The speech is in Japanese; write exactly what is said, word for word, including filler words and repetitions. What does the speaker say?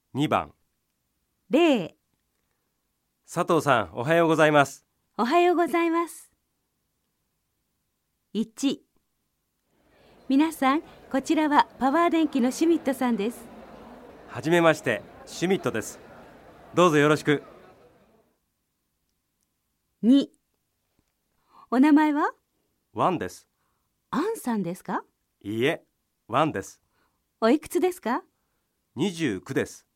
にばん。 れい。 佐藤さん、おはようございます。 おはようございます。いち。皆さん、こちらはパワー電機のシュミットさんです。 はじめまして、シュミットです。どうぞよろしく。 に。お名前は？ ワンです。 アンさんですか？ いいえ、ワンです。 おいくつですか？ にじゅうきゅうです。